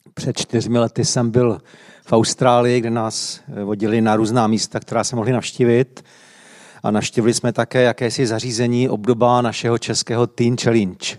Před 4 lety jsem byl v Austrálii, kde nás vodili na různá místa, která se mohli navštívit. A navštívili jsme také jakési zařízení obdoba našeho českého Teen Challenge.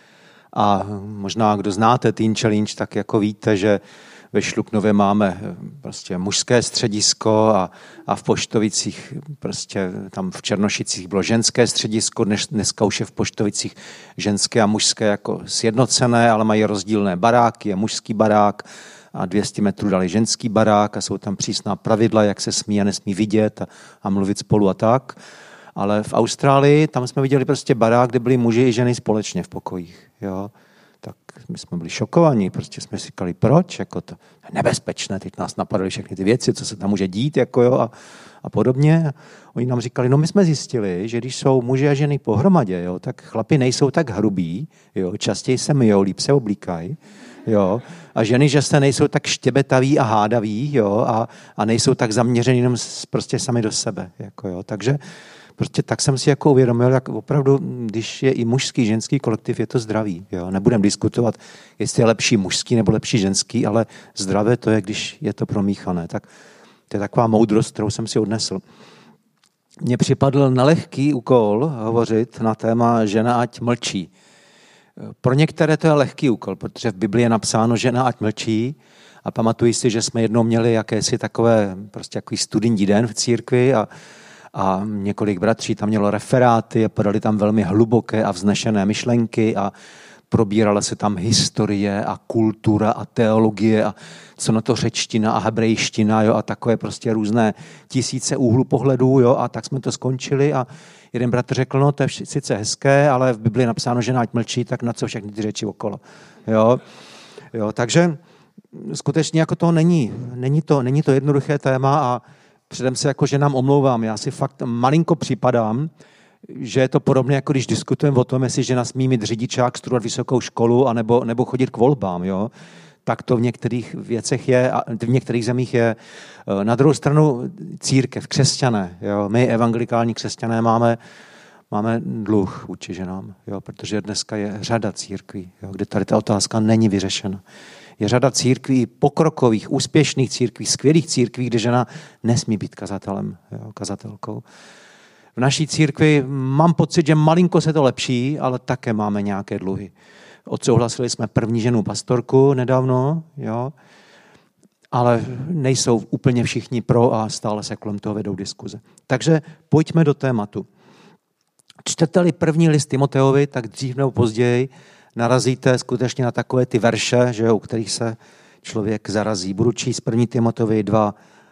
A možná, kdo znáte Teen Challenge, tak jako víte, že ve Šluknově máme prostě mužské středisko a v Poštovicích, prostě tam v Černošicích bylo ženské středisko, dneska už je v Poštovicích ženské a mužské jako sjednocené, ale mají rozdílné baráky, je mužský barák a 200 metrů dali ženský barák a jsou tam přísná pravidla, jak se smí a nesmí vidět a mluvit spolu a tak. Ale v Austrálii, tam jsme viděli prostě barák, kde byli muži i ženy společně v pokojích. Jo. Tak my jsme byli šokovaní, prostě jsme si říkali, proč? Jako to je nebezpečné, teď nás napadaly všechny ty věci, co se tam může dít jako jo, a podobně. Oni nám říkali, no my jsme zjistili, že když jsou muži a ženy pohromadě, jo, tak chlapi nejsou tak hrubí, jo, častěji se myjou, líp se oblíkají. Jo, a ženy, že se nejsou tak štěbetaví a hádaví, jo, a nejsou tak zaměřený jenom prostě sami do sebe. Jako jo. Takže prostě tak jsem si jako uvědomil, jak opravdu, když je i mužský, ženský kolektiv, je to zdravý. Jo. Nebudem diskutovat, jestli je lepší mužský nebo lepší ženský, ale zdravé to je, když je to promíchané. Tak to je taková moudrost, kterou jsem si odnesl. Mně připadl nelehký úkol hovořit na téma žena ať mlčí. Pro některé to je lehký úkol, protože v Biblii je napsáno žena ať mlčí a pamatuji si, že jsme jednou měli jakési takové prostě takový studijní den v církvi a několik bratří tam mělo referáty a podali tam velmi hluboké a vznešené myšlenky a probírala se tam historie a kultura a teologie a co na to řečtina a hebrejština, jo, a takové prostě různé tisíce úhlů pohledů, jo, a tak jsme to skončili a jeden bratr řekl, no to je sice hezké, ale v Biblii je napsáno, že ať mlčí, tak na co všechny ty řeči okolo. Jo, takže skutečně jako to není to jednoduché téma a předem se jako ženám omlouvám. Já si fakt malinko připadám, že je to podobné, jako když diskutujeme o tom, jestli žena smí mít řidičák, studovat vysokou školu nebo chodit k volbám. Jo? Tak to v některých věcech je a v některých zemích je. Na druhou stranu církev, křesťané. Jo? My evangelikální křesťané máme dluh vůči ženám, jo? Protože dneska je řada církví, jo? Kde tady ta otázka není vyřešena. Je řada církví, pokrokových, úspěšných církví, skvělých církví, kde žena nesmí být kazatelem, jo? Kazatelkou. V naší církvi mám pocit, že malinko se to lepší, ale také máme nějaké dluhy. Odsouhlasili jsme první ženu pastorku nedávno, jo? Ale nejsou úplně všichni pro a stále se kolem toho vedou diskuze. Takže pojďme do tématu. Čtete-li první list Timoteovi, tak dřív nebo později narazíte skutečně na takové ty verše, že jo, u kterých se člověk zarazí. Budu číst 1. Timoteovi 2,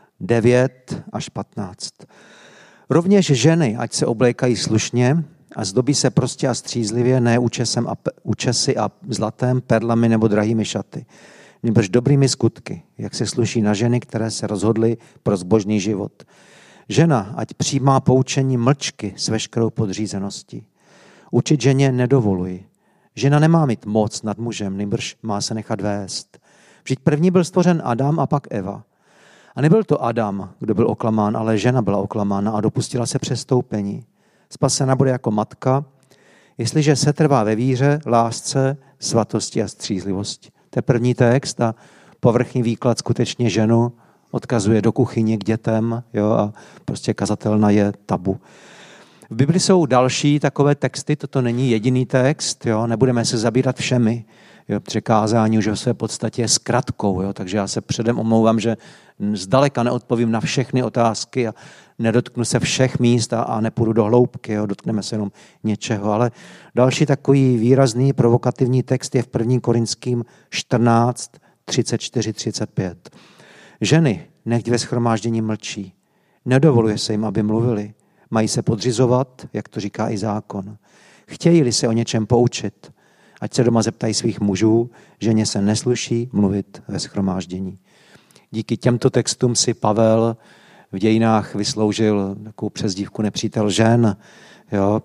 9 až 15. Rovněž ženy, ať se oblékají slušně a zdobí se prostě a střízlivě, ne účesy a zlatem, perlami nebo drahými šaty, nebož dobrými skutky, jak se sluší na ženy, které se rozhodly pro zbožný život. Žena, ať přijímá poučení mlčky s veškerou podřízeností. Učit ženě nedovoluji. Žena nemá mít moc nad mužem, nýbrž má se nechat vést. Vždyť první byl stvořen Adam a pak Eva. A nebyl to Adam, kdo byl oklamán, ale žena byla oklamána a dopustila se přestoupení. Spasena bude jako matka, jestliže se trvá ve víře, lásce, svatosti a střízlivosti. To je první text a povrchní výklad skutečně ženu odkazuje do kuchyně k dětem, jo, a prostě kazatelna je tabu. V Bibli jsou další takové texty, toto není jediný text, jo, nebudeme se zabírat všemi. Jo, překázání už ve své podstatě je zkratkou, jo, takže já se předem omlouvám, že zdaleka neodpovím na všechny otázky a nedotknu se všech míst a nepůjdu do hloubky, jo, dotkneme se jenom něčeho. Ale další takový výrazný provokativní text je v 1. Korinským 14, 34, 35. Ženy, nechť ve shromáždění mlčí. Nedovoluje se jim, aby mluvili. Mají se podřizovat, jak to říká i zákon. Chtějí-li se o něčem poučit, ať se doma zeptají svých mužů, ženě se nesluší mluvit ve shromáždění. Díky těmto textům si Pavel v dějinách vysloužil takovou přezdívku nepřítel žen. Jo.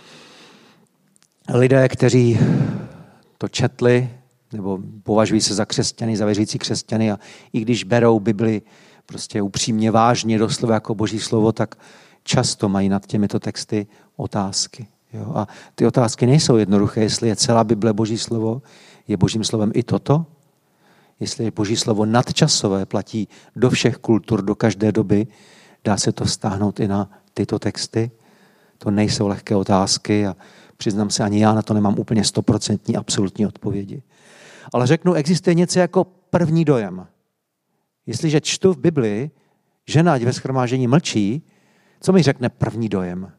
Lidé, kteří to četli, nebo považují se za křesťany, za věřící křesťany a i když berou Bibli prostě upřímně vážně doslova jako Boží slovo, tak často mají nad těmito texty otázky. Jo? A ty otázky nejsou jednoduché, jestli je celá Bible Boží slovo, je Božím slovem i toto? jestli je Boží slovo nadčasové, platí do všech kultur, do každé doby, dá se to vztáhnout i na tyto texty. To nejsou lehké otázky a přiznám se, ani já na to nemám úplně 100% absolutní odpovědi. Ale řeknu, existuje něco jako první dojem. Jestliže čtu v Biblii, žena ať ve shromáždění mlčí, co mi řekne první dojem?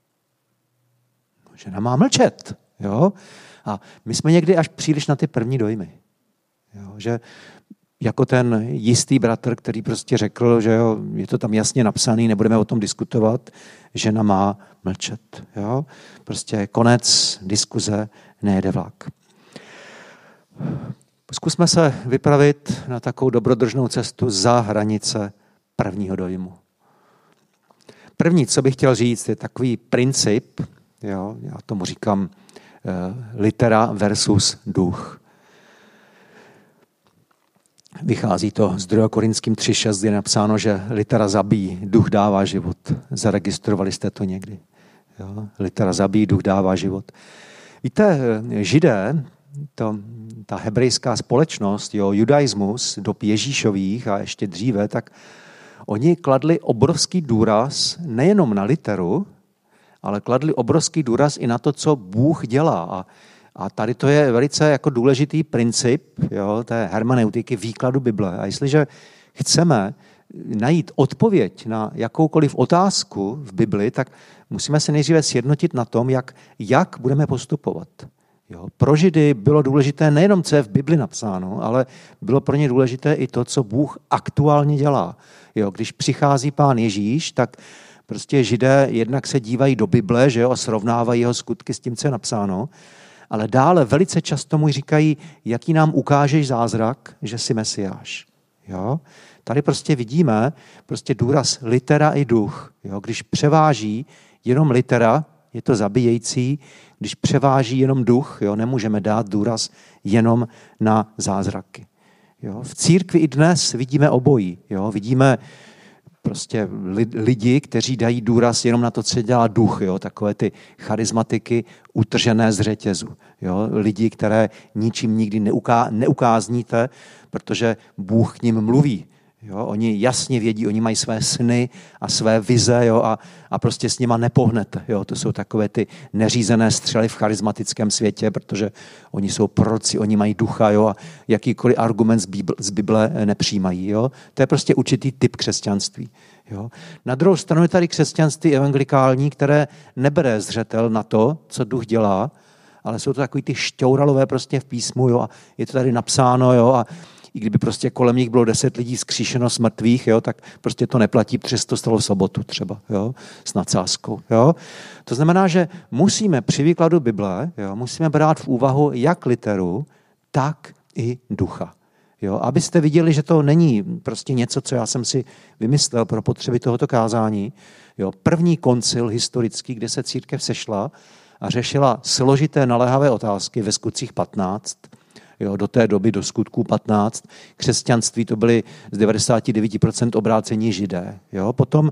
Žena má mlčet. Jo? A my jsme někdy až příliš na ty první dojmy. Jo? Že jako ten jistý bratr, který prostě řekl, že jo, je to tam jasně napsaný, nebudeme o tom diskutovat, žena má mlčet. Jo? Prostě konec diskuze, nejede vlak. Zkusme se vypravit na takovou dobrodržnou cestu za hranice prvního dojmu. První, co bych chtěl říct, je takový princip, jo, já tomu říkám litera versus duch. Vychází to z 2. Korinským 3.6, kde je napsáno, že litera zabíjí, duch dává život. Zaregistrovali jste to někdy? Jo? Litera zabíjí, duch dává život. Víte, Židé, ta hebrejská společnost, jo, judaismus, dob Ježíšových a ještě dříve, tak oni kladli obrovský důraz nejenom na literu, ale kladli obrovský důraz i na to, co Bůh dělá. A tady to je velice jako důležitý princip, jo, té hermeneutiky, výkladu Bible. A jestliže chceme najít odpověď na jakoukoliv otázku v Bibli, tak musíme se nejdříve sjednotit na tom, jak budeme postupovat. Jo, pro Židy bylo důležité nejenom, co je v Bibli napsáno, ale bylo pro ně důležité i to, co Bůh aktuálně dělá. Jo, když přichází Pán Ježíš, tak prostě Židé jednak se dívají do Bible, že jo, a srovnávají jeho skutky s tím, co je napsáno, ale dále velice často mu říkají, jaký nám ukážeš zázrak, že jsi Mesiáš. Jo? Tady prostě vidíme prostě důraz litera i duch. Jo? Když převáží jenom litera, je to zabíjející, když převáží jenom duch, jo, nemůžeme dát důraz jenom na zázraky. Jo? V církvi i dnes vidíme obojí. Jo? Vidíme prostě lidi, kteří dají důraz jenom na to, co dělá duch, jo? Takové ty charismatiky utržené z řetězu. Jo? Lidi, které ničím nikdy neukázníte, protože Bůh k nim mluví. Jo? Oni jasně vědí, oni mají své sny a své vize, jo? A prostě s nima nepohnete. Jo? To jsou takové ty neřízené střely v charismatickém světě, protože oni jsou proroci, oni mají ducha, jo? A jakýkoliv argument z Bible nepřijímají. Jo? To je prostě určitý typ křesťanství. Jo? Na druhou stranu je tady křesťanství evangelikální, které nebere zřetel na to, co duch dělá, ale jsou to takový ty šťouralové prostě v písmu, jo? A je to tady napsáno, jo? A i kdyby prostě kolem nich bylo 10 lidí zkříšeno z mrtvých, jo, tak prostě to neplatí, přes to stalo v sobotu třeba, jo, s nadsázkou. Jo. To znamená, že musíme při výkladu Bible, jo, musíme brát v úvahu jak literu, tak i ducha. Jo. Abyste viděli, že to není prostě něco, co já jsem si vymyslel pro potřeby tohoto kázání. Jo. První koncil historický, kde se církev sešla a řešila složité naléhavé otázky ve Skutcích 15, jo, do té doby, do Skutků 15, křesťanství to byly z 99% obrácení Židé. Jo. Potom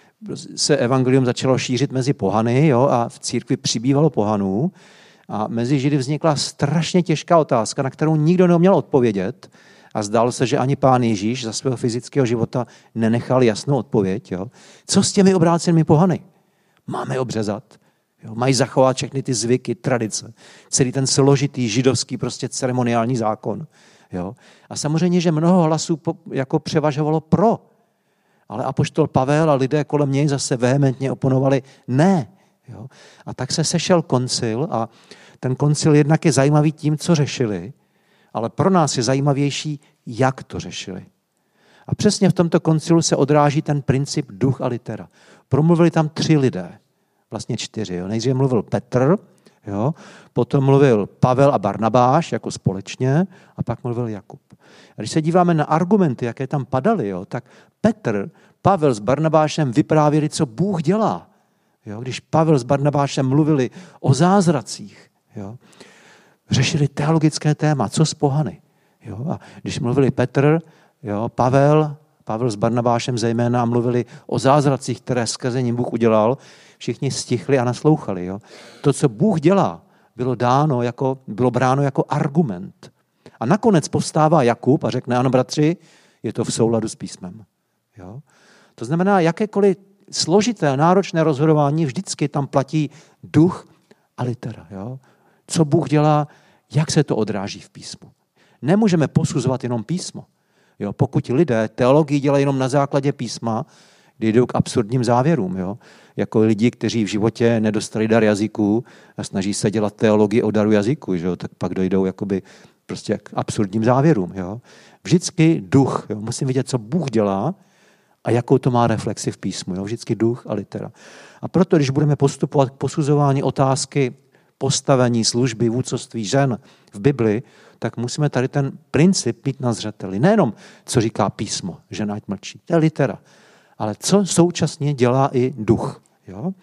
se evangelium začalo šířit mezi pohany, jo, a v církvi přibývalo pohanů a mezi Židy vznikla strašně těžká otázka, na kterou nikdo neuměl odpovědět a zdálo se, že ani Pán Ježíš za svého fyzického života nenechal jasnou odpověď. Jo. Co s těmi obrácenými pohany? Máme obřezat? Jo, mají zachovat všechny ty zvyky, tradice, celý ten složitý židovský prostě ceremoniální zákon. Jo. A samozřejmě, že mnoho hlasů jako převažovalo pro. Ale apoštol Pavel a lidé kolem něj zase vehementně oponovali ne. Jo. A tak se sešel koncil a ten koncil jednak je zajímavý tím, co řešili, ale pro nás je zajímavější, jak to řešili. A přesně v tomto koncilu se odráží ten princip duch a litera. Promluvili tam 3 lidé. Vlastně 4. Jo. Nejdříve mluvil Petr, jo, potom mluvil Pavel a Barnabáš jako společně a pak mluvil Jakub. A když se díváme na argumenty, jaké tam padaly, jo, tak Petr, Pavel s Barnabášem vyprávěli, co Bůh dělá. Jo. Když Pavel s Barnabášem mluvili o zázracích, jo, řešili teologické téma, co s pohany. Jo. A když mluvili Petr, jo, Pavel s Barnabášem zejména mluvili o zázracích, které skrze ním Bůh udělal, všichni stichli a naslouchali. Jo. To, co Bůh dělá, bylo bráno jako argument. A nakonec povstává Jakub a řekne, ano bratři, je to v souladu s písmem. Jo? To znamená, jakékoliv složité a náročné rozhodování, vždycky tam platí duch a litera. Jo? Co Bůh dělá, jak se to odráží v písmu. Nemůžeme posuzovat jenom písmo. Jo? Pokud lidé teologii dělají jenom na základě písma, kdy jdou k absurdním závěrům. Jo? Jako lidi, kteří v životě nedostali dar jazyků a snaží se dělat teologii o daru jazyku, že jo? Tak pak dojdou jakoby prostě k absurdním závěrům. Jo? Vždycky duch. Jo? Musím vidět, co Bůh dělá a jakou to má reflexi v písmu. Jo? Vždycky duch a litera. A proto, když budeme postupovat k posuzování otázky postavení, služby, vůdcovství žen v Bibli, tak musíme tady ten princip mít na zřeteli. Nejenom, co říká písmo, žena ať mlčí. To je litera. Ale co současně dělá i duch. Jo?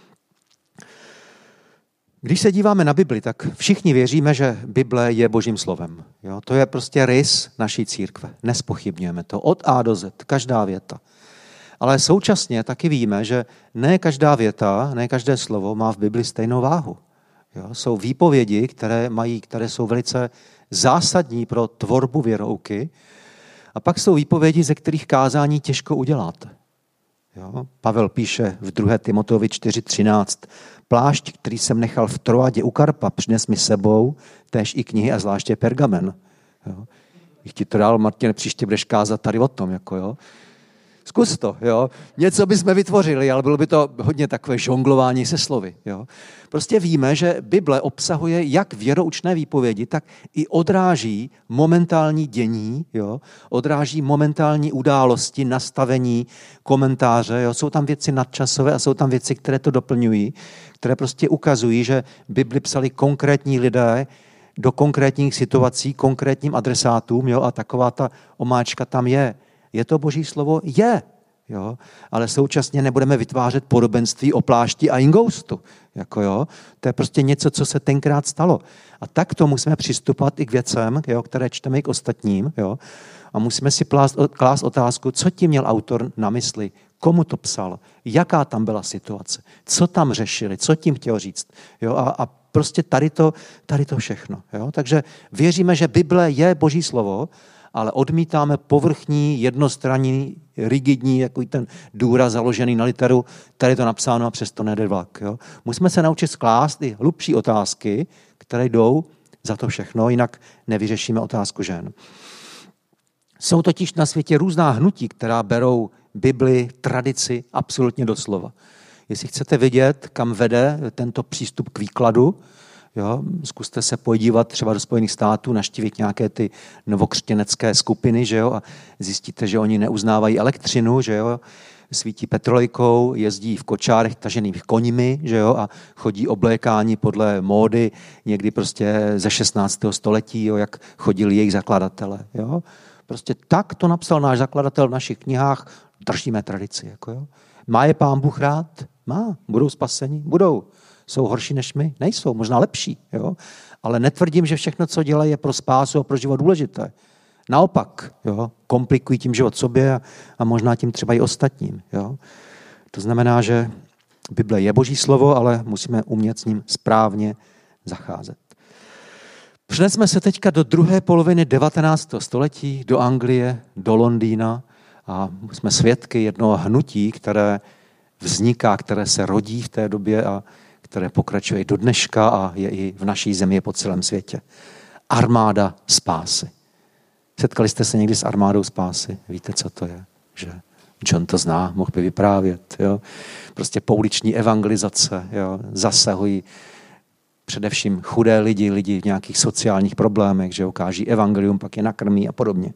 Když se díváme na Bibli, tak všichni věříme, že Bible je Božím slovem. Jo? To je prostě rys naší církve. Nespochybňujeme to od A do Z, každá věta. Ale současně taky víme, že ne každá věta, ne každé slovo má v Bibli stejnou váhu. Jo? Jsou výpovědi, které jsou velice zásadní pro tvorbu věrouky, a pak jsou výpovědi, ze kterých kázání těžko uděláte. Jo? Pavel píše v 2. Timoteovi 4.13. Plášť, který jsem nechal v Troadě u Karpa, přines mi sebou též i knihy a zvláště pergamen. Jo? Bych ti to dal, Martin, příště budeš kázat tady o tom. Jako, jo? Zkus to. Jo? Něco bychom vytvořili, ale bylo by to hodně takové žonglování se slovy. Jo? Prostě víme, že Bible obsahuje jak věroučné výpovědi, tak i odráží momentální dění, jo? Odráží momentální události, nastavení, komentáře. Jo? Jsou tam věci nadčasové a jsou tam věci, které to doplňují, které prostě ukazují, že Bibli psali konkrétní lidé do konkrétních situací, konkrétním adresátům, jo? A taková ta omáčka tam je. Je to Boží slovo? Je. Jo? Ale současně nebudeme vytvářet podobenství o plášti a ingoustu. Jako jo? To je prostě něco, co se tenkrát stalo. A tak to musíme přistupovat i k věcem, jo, které čteme i k ostatním. Jo? A musíme si klást otázku, co tím měl autor na mysli, komu to psal, jaká tam byla situace, co tam řešili, co tím chtěl říct. Jo? A prostě tady to všechno. Jo? Takže věříme, že Bible je Boží slovo, ale odmítáme povrchní, jednostranný, rigidní, jako ten důraz založený na literu, tady je to napsáno a přesto nejde vlak. Jo? Musíme se naučit sklást i hlubší otázky, které jdou za to všechno, jinak nevyřešíme otázku žen. Jsou totiž na světě různá hnutí, která berou Bibli, tradici absolutně doslova. Jestli chcete vidět, kam vede tento přístup k výkladu, jo, zkuste se podívat třeba do Spojených států, navštívit nějaké ty novokřtěnecké skupiny, že jo, a zjistíte, že oni neuznávají elektřinu, že jo, svítí petrolejkou, jezdí v kočárech tažených koňmi, že jo, a chodí oblékání podle módy někdy prostě ze 16. století, jo, jak chodili jejich zakladatelé. Jo. Prostě tak to napsal náš zakladatel v našich knihách, držíme tradici. Jako jo. Má je Pán Bůh rád? Má. Budou spaseni? Budou. Jsou horší než my? Nejsou, možná lepší. Jo? Ale netvrdím, že všechno, co dělají, je pro spásu a pro život důležité. Naopak, jo? Komplikují tím život sobě a možná tím třeba i ostatním. Jo? To znamená, že Bible je Boží slovo, ale musíme umět s ním správně zacházet. Přenesme se teďka do druhé poloviny 19. století, do Anglie, do Londýna a jsme svědky jednoho hnutí, které vzniká, které se rodí v té době a které pokračuje i do dneška a je i v naší zemi, po celém světě. Armáda spásy. Setkali jste se někdy s armádou spásy? Víte, co to je? Že John to zná, mohl by vyprávět. Jo? Prostě pouliční evangelizace, jo? Zasahují především chudé lidi v nějakých sociálních problémech, že ukáží evangelium, pak je nakrmí a podobně.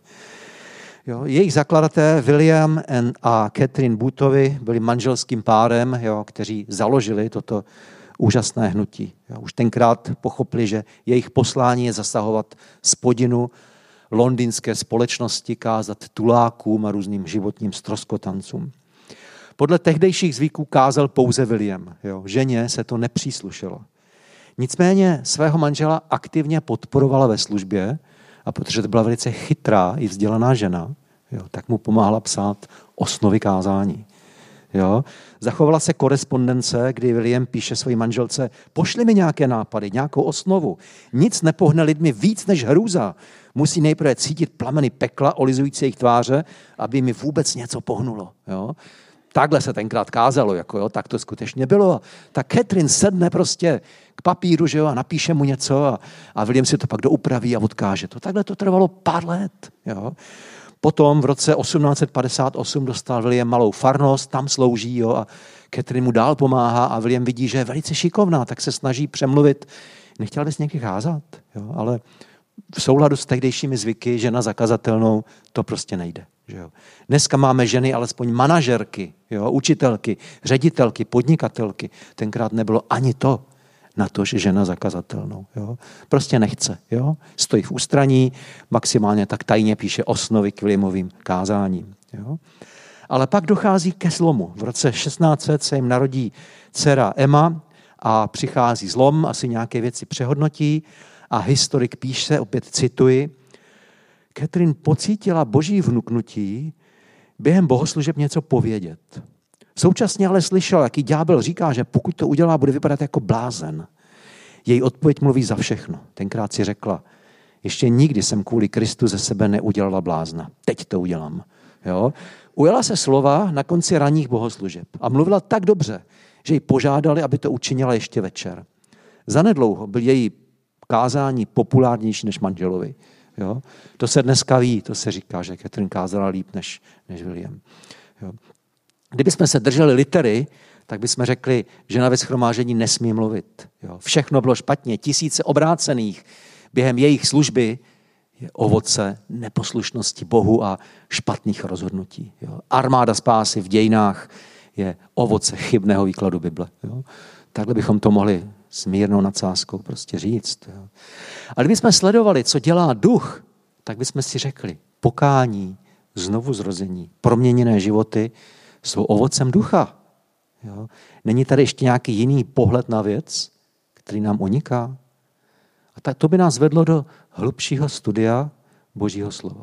Jo? Jejich zakladatelé William a Catherine Bootovi byli manželským párem, jo? Kteří založili toto úžasné hnutí. Jo? Už tenkrát pochopili, že jejich poslání je zasahovat spodinu londýnské společnosti, kázat tulákům a různým životním ztroskotancům. Podle tehdejších zvyků kázal pouze William. Jo? Ženě se to nepříslušelo. Nicméně svého manžela aktivně podporovala ve službě a protože to byla velice chytrá i vzdělaná žena, jo, tak mu pomáhala psát osnovy kázání. Jo? Zachovala se korespondence, kdy William píše své manželce, pošli mi nějaké nápady, nějakou osnovu. Nic nepohne lidmi víc než hrůza. Musí nejprve cítit plameny pekla olizující jejich tváře, aby mi vůbec něco pohnulo. Jo? Takhle se tenkrát kázalo, tak to skutečně bylo. Tak Catherine sedne prostě k papíru, že jo, a napíše mu něco a William si to pak doupraví a odkáže to. Takhle to trvalo pár let. Jo. Potom v roce 1858 dostal William malou farnost, tam slouží, jo, a Catherine mu dál pomáhá a William vidí, že je velice šikovná, tak se snaží přemluvit. Nechtěl bys někdy kázat, jo, ale v souladu s tehdejšími zvyky žena zakazatelnou to prostě nejde. Že jo. Dneska máme ženy alespoň manažerky, jo, učitelky, ředitelky, podnikatelky. Tenkrát nebylo ani to na to, že žena zakazatelnou. Jo. Prostě nechce. Jo. Stojí v ústraní, maximálně tak tajně píše osnovy k Williamovým kázáním. Jo. Ale pak dochází ke zlomu. V roce 1600 se jim narodí dcera Emma a přichází zlom, asi nějaké věci přehodnotí a historik píše, opět cituji, Catherine pocítila boží vnuknutí během bohoslužeb něco povědět. Současně ale slyšel, jaký ďábel říká, že pokud to udělá, bude vypadat jako blázen. Její odpověď mluví za všechno. Tenkrát si řekla, ještě nikdy jsem kvůli Kristu ze sebe neudělala blázna. Teď to udělám. Jo? Ujala se slova na konci ranních bohoslužeb a mluvila tak dobře, že ji požádali, aby to učinila ještě večer. Zanedlouho byl její kázání populárnější než manželovi. Jo? To se dneska ví, to se říká, že Catherine kázala líp než William. Jo? Kdybychom se drželi litery, tak bychom řekli, že na ve shromáždění nesmí mluvit. Jo? Všechno bylo špatně, tisíce obrácených během jejich služby je ovoce neposlušnosti Bohu a špatných rozhodnutí. Jo? Armáda spásy v dějinách je ovoce chybného výkladu Bible. Jo? Takhle bychom to mohli s mírnou nadsázkou prostě říct. Jo? A kdybychom sledovali, co dělá duch, tak bychom si řekli, pokání, znovu zrození, proměněné životy jsou ovocem ducha. Jo? Není tady ještě nějaký jiný pohled na věc, který nám uniká? A to by nás vedlo do hlubšího studia Božího slova.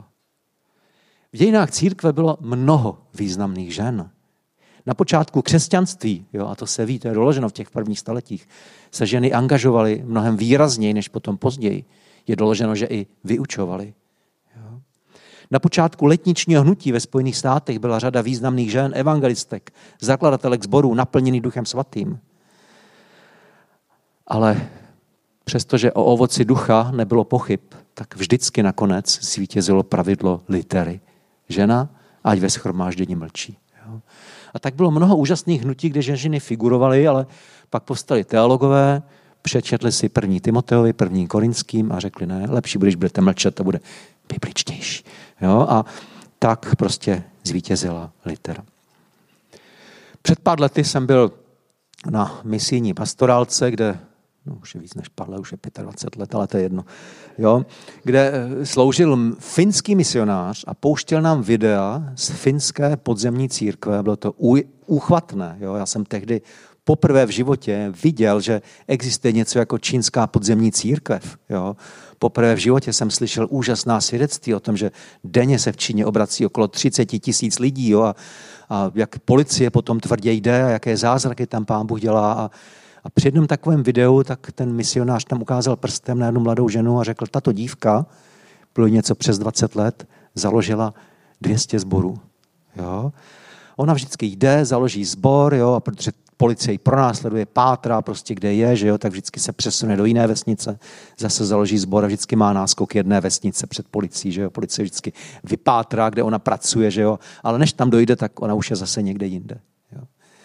V dějinách církve bylo mnoho významných žen. Na počátku křesťanství, jo, a to se ví, to je doloženo v těch prvních staletích, se ženy angažovaly mnohem výrazněji než potom později. Je doloženo, že i vyučovaly. Jo. Na počátku letničního hnutí ve Spojených státech byla řada významných žen, evangelistek, zakladatelek sborů, naplněných Duchem svatým. Ale přestože o ovoci ducha nebylo pochyb, tak vždycky nakonec zvítězilo pravidlo litery. Žena, ať ve shromáždění mlčí. Jo. A tak bylo mnoho úžasných hnutí, kde ženy figurovaly, ale pak povstali teologové, přečetli si 1. Timoteovi, 1. Korinským a řekli, ne, lepší, když budete mlčet, to bude bibličtější. Jo? A tak prostě zvítězila litera. Před pár lety jsem byl na misijní pastorálce, kde už je víc než pár let, už je 25 let, ale to je jedno, jo, kde sloužil finský misionář a pouštěl nám videa z finské podzemní církve. Bylo to úchvatné. Jo. Já jsem tehdy poprvé v životě viděl, že existuje něco jako čínská podzemní církev. Jo. Poprvé v životě jsem slyšel úžasná svědectví o tom, že denně se v Číně obrací okolo 30 000 lidí. Jo, a jak policie potom tvrdě jde a jaké zázraky tam Pán Bůh dělá. A při jednom takovém videu, tak ten misionář tam ukázal prstem na jednu mladou ženu a řekl, tato dívka, bylo něco přes 20 let, založila 200 sborů. Jo? Ona vždycky jde, založí sbor, jo, a protože policie ji pronásleduje, pátrá prostě kde je, že jo, tak vždycky se přesune do jiné vesnice, zase založí sbor a vždycky má náskok jedné vesnice před policií, že jo, policie vždycky vypátrá, kde ona pracuje, že jo, ale než tam dojde, tak ona už je zase někde jinde. Jo.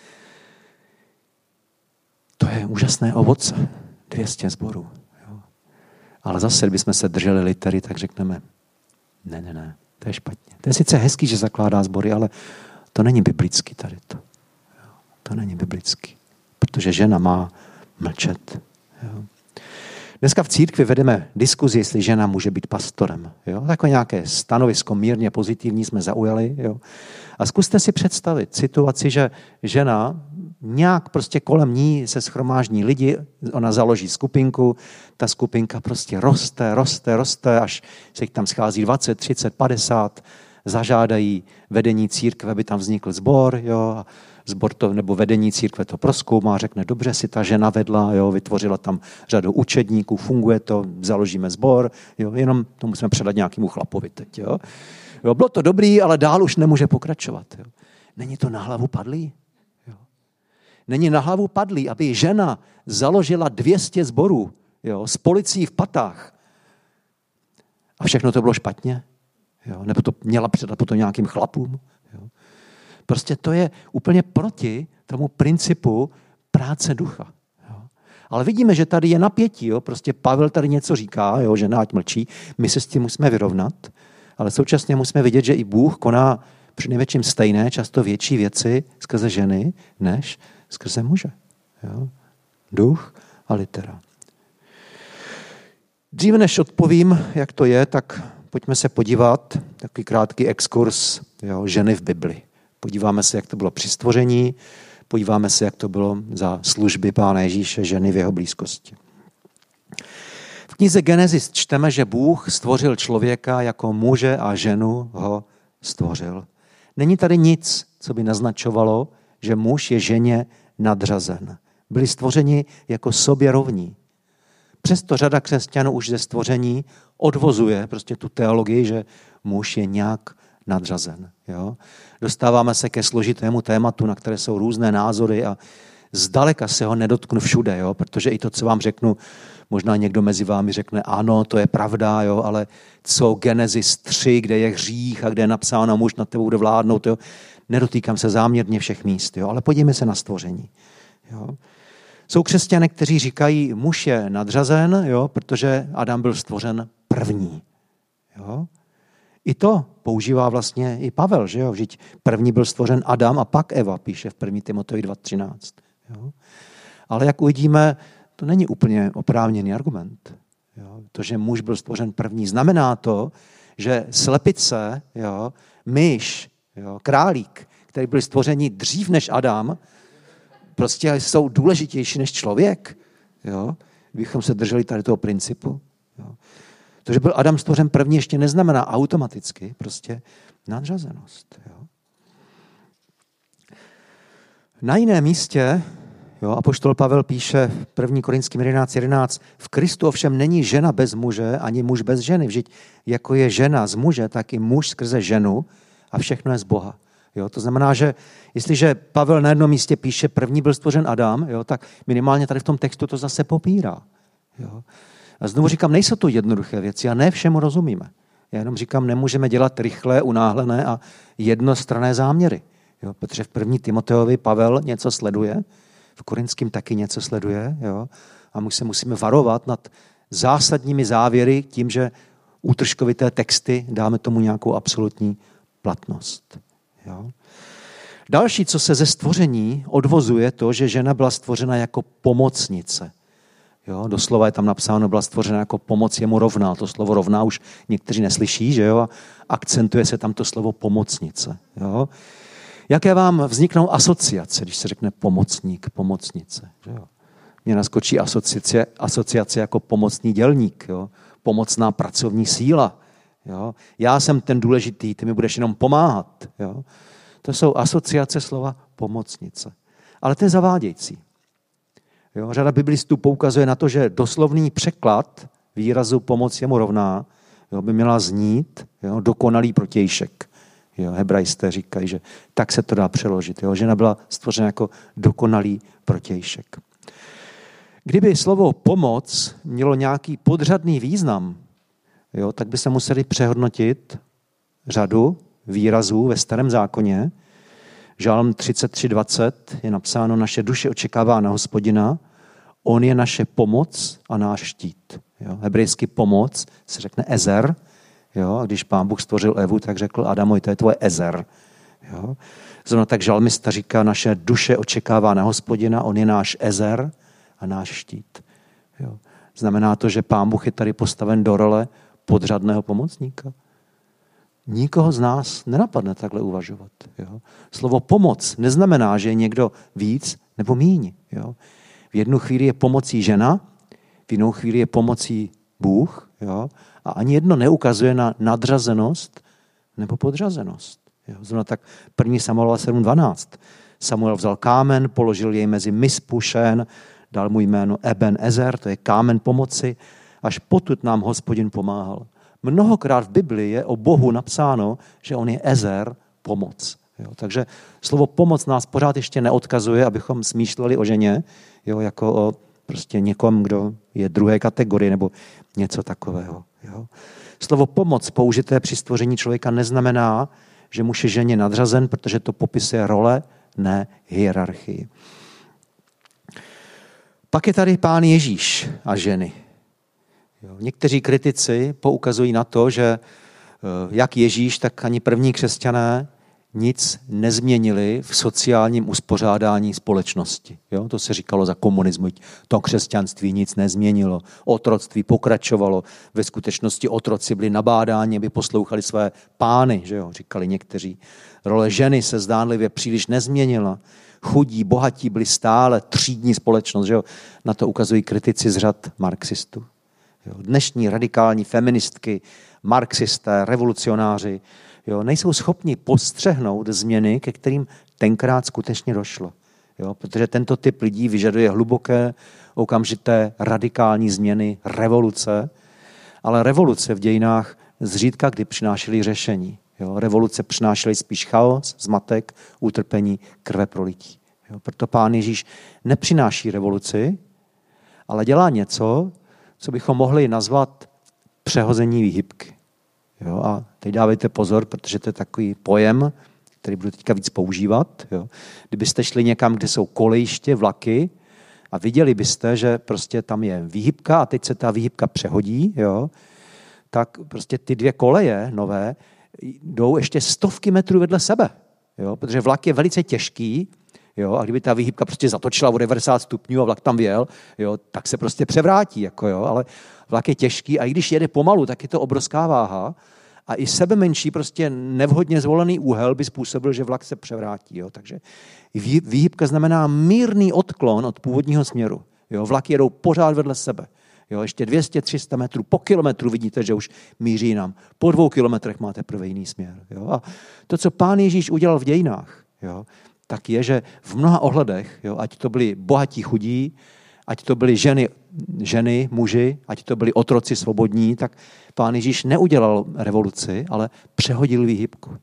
To je úžasné ovoce, 200 sborů. Jo. Ale zase, kdybychom se drželi litery, tak řekneme, ne, to je špatně. To je sice hezký, že zakládá sbory, ale to není biblický tady to. Jo. To není biblický, protože žena má mlčet. Jo. Dneska v církvi vedeme diskuzi, jestli žena může být pastorem. Jo. Takové nějaké stanovisko mírně pozitivní jsme zaujali. Jo. A zkuste si představit situaci, že žena nějak prostě kolem ní se shromáždí lidi, ona založí skupinku, ta skupinka prostě roste, až se jich tam schází 20, 30, 50, zažádají vedení církve, aby tam vznikl sbor, jo, a Zbor to, nebo vedení církve to prozkoumá, řekne, dobře si ta žena vedla, jo, vytvořila tam řadu učedníků, funguje to, založíme sbor, jo, jenom to musíme předat nějakému chlapovi teď. Jo. Jo, bylo to dobrý, ale dál už nemůže pokračovat. Jo. Není to na hlavu padlý? Jo. Není na hlavu padlý, aby žena založila 200 sborů, jo, s policií v patách. A všechno to bylo špatně? Jo. Nebo to měla předat potom nějakým chlapům? Jo. Prostě to je úplně proti tomu principu práce ducha. Jo. Ale vidíme, že tady je napětí. Jo. Prostě Pavel tady něco říká, jo, žena ať mlčí, my se s tím musíme vyrovnat, ale současně musíme vidět, že i Bůh koná přinejmenším stejné, často větší věci skrze ženy, než skrze muže. Jo. Duch a litera. Dříve než odpovím, jak to je, tak pojďme se podívat, takový krátký exkurs, jo, ženy v Bibli. Podíváme se, jak to bylo při stvoření, podíváme se, jak to bylo za služby Pána Ježíše, ženy v jeho blízkosti. V knize Genesis čteme, že Bůh stvořil člověka jako muže a ženu ho stvořil. Není tady nic, co by naznačovalo, že muž je ženě nadřazen. Byli stvořeni jako sobě rovní. Přesto řada křesťanů už ze stvoření odvozuje prostě tu teologii, že muž je nějak nadřazen. Jo? Dostáváme se ke složitému tématu, na které jsou různé názory a zdaleka se ho nedotknu všude, jo? Protože i to, co vám řeknu, možná někdo mezi vámi řekne, ano, to je pravda, jo? Ale co Genesis 3, kde je hřích a kde je napsáno, muž nad tebou bude vládnout, jo? Nedotýkám se záměrně všech míst, jo? Ale podívejme se na stvoření. Jo? Jsou křesťané, kteří říkají, muž je nadřazen, jo? Protože Adam byl stvořen první. Jo? I to používá vlastně i Pavel, že jo? Vždyť první byl stvořen Adam a pak Eva, píše v 1. Timoteji 2.13. Jo? Ale jak uvidíme, to není úplně oprávněný argument. Jo? To, že muž byl stvořen první, znamená to, že slepice, jo, myš, jo, králík, který byl stvořeni dřív než Adam, prostě jsou důležitější než člověk. Jo? Bychom se drželi tady toho principu. Jo? To, že byl Adam stvořen první, ještě neznamená automaticky prostě nadřazenost. Jo? Na jiném místě, jo, apoštol Pavel píše v 1. Korinským 11.11, v Kristu ovšem není žena bez muže, ani muž bez ženy. Vždyť jako je žena z muže, tak i muž skrze ženu a všechno je z Boha. Jo, to znamená, že jestliže Pavel na jednom místě píše, první byl stvořen Adam, jo, tak minimálně tady v tom textu to zase popírá. Jo. A znovu říkám, nejsou to jednoduché věci a ne všemu rozumíme. Já jenom říkám, nemůžeme dělat rychlé, unáhlené a jednostranné záměry. Jo, protože v 1. Timoteovi Pavel něco sleduje, v Korinském taky něco sleduje, jo, a my se musíme varovat nad zásadními závěry tím, že útržkovité texty dáme tomu nějakou absolutní platnost. Jo. Další, co se ze stvoření odvozuje, to, že žena byla stvořena jako pomocnice. Jo, doslova je tam napsáno, byla stvořena jako pomoc jemu rovná. To slovo rovná už někteří neslyší, že jo? A akcentuje se tam to slovo pomocnice. Jo? Jaké vám vzniknou asociace, když se řekne pomocník, pomocnice? Že jo? Mně naskočí asociace jako pomocný dělník, jo? Pomocná pracovní síla. Jo? Já jsem ten důležitý, ty mi budeš jenom pomáhat. Jo? To jsou asociace slova pomocnice. Ale to je zavádějící. Jo? Řada biblistů poukazuje na to, že doslovný překlad výrazu pomoc jemu rovná, jo, by měla znít, jo, dokonalý protějšek. Jo? Hebrajisté říkají, že tak se to dá přeložit. Jo? Žena byla stvořena jako dokonalý protějšek. Kdyby slovo pomoc mělo nějaký podřadný význam, jo, tak by se museli přehodnotit řadu výrazů ve Starém zákoně. Žálm 33.20 je napsáno, naše duše očekává na Hospodina, on je naše pomoc a náš štít. Jo. Hebrejsky pomoc se řekne ezer. Jo. A když Pán Bůh stvořil Evu, tak řekl Adamovi, to je tvoje ezer. Jo. Zrovna tak žalmista říká, naše duše očekává na Hospodina, on je náš ezer a náš štít. Jo. Znamená to, že Pán Bůh je tady postaven do role podřadného pomocníka. Nikoho z nás nenapadne takhle uvažovat. Jo. Slovo pomoc neznamená, že je někdo víc nebo míň. Jo. V jednu chvíli je pomocí žena, v jinou chvíli je pomocí Bůh, jo. A ani jedno neukazuje na nadřazenost nebo podřazenost. Jo. Znamená tak 1. Samuelova 7.12. Samuel vzal kámen, položil jej mezi Mispušen, dal mu jméno Eben Ezer, to je kámen pomoci, až potud nám Hospodin pomáhal. Mnohokrát v Biblii je o Bohu napsáno, že on je Ezer, pomoc. Jo, takže slovo pomoc nás pořád ještě neodkazuje, abychom smýšleli o ženě, jo, jako o prostě někom, kdo je druhé kategorie nebo něco takového. Jo. Slovo pomoc použité při stvoření člověka neznamená, že muž je ženě nadřazen, protože to popisuje role, ne hierarchii. Pak je tady Pán Ježíš a ženy. Jo. Někteří kritici poukazují na to, že jak Ježíš, tak ani první křesťané nic nezměnili v sociálním uspořádání společnosti. Jo? To se říkalo za komunismu. To křesťanství nic nezměnilo. Otroctví pokračovalo. Ve skutečnosti otroci byli nabádáni, aby poslouchali své pány, že jo? Říkali někteří. Role ženy se zdánlivě příliš nezměnila. Chudí, bohatí byli stále třídní společnost. Že jo? Na to ukazují kritici z řad marxistů. Jo? Dnešní radikální feministky, marxisté, revolucionáři, jo, nejsou schopni postřehnout změny, ke kterým tenkrát skutečně došlo. Jo, protože tento typ lidí vyžaduje hluboké, okamžité, radikální změny, revoluce, ale revoluce v dějinách zřídka kdy přinášely řešení. Jo, revoluce přinášely spíš chaos, zmatek, utrpení, krveprolití. Jo, proto Pán Ježíš nepřináší revoluci, ale dělá něco, co bychom mohli nazvat přehození výhybky. Jo, a teď dávejte pozor, protože to je takový pojem, který budu teďka víc používat. Jo. Kdybyste šli někam, kde jsou kolejiště, vlaky a viděli byste, že prostě tam je výhybka a teď se ta výhybka přehodí, jo, tak prostě ty dvě koleje nové jdou ještě stovky metrů vedle sebe. Jo, protože vlak je velice těžký, jo, a kdyby ta výhybka prostě zatočila o 90 stupňů a vlak tam vjel, jo, tak se prostě převrátí. Jako, jo, ale vlak je těžký a i když jede pomalu, tak je to obrovská váha a i sebe menší prostě nevhodně zvolený úhel by způsobil, že vlak se převrátí. Jo. Takže výhybka znamená mírný odklon od původního směru. Jo. Vlaky jedou pořád vedle sebe. Jo. Ještě 200-300 metrů, po kilometru vidíte, že už míří jinam. Po 2 kilometrech máte první jiný směr. Jo. A to, co Pán Ježíš udělal v dějinách, jo, tak je, že v mnoha ohledech, jo, ať to byli bohatí chudí, ať to byly ženy, muži, ať to byli otroci svobodní, tak Pán Ježíš neudělal revoluci, ale přehodil výhybku.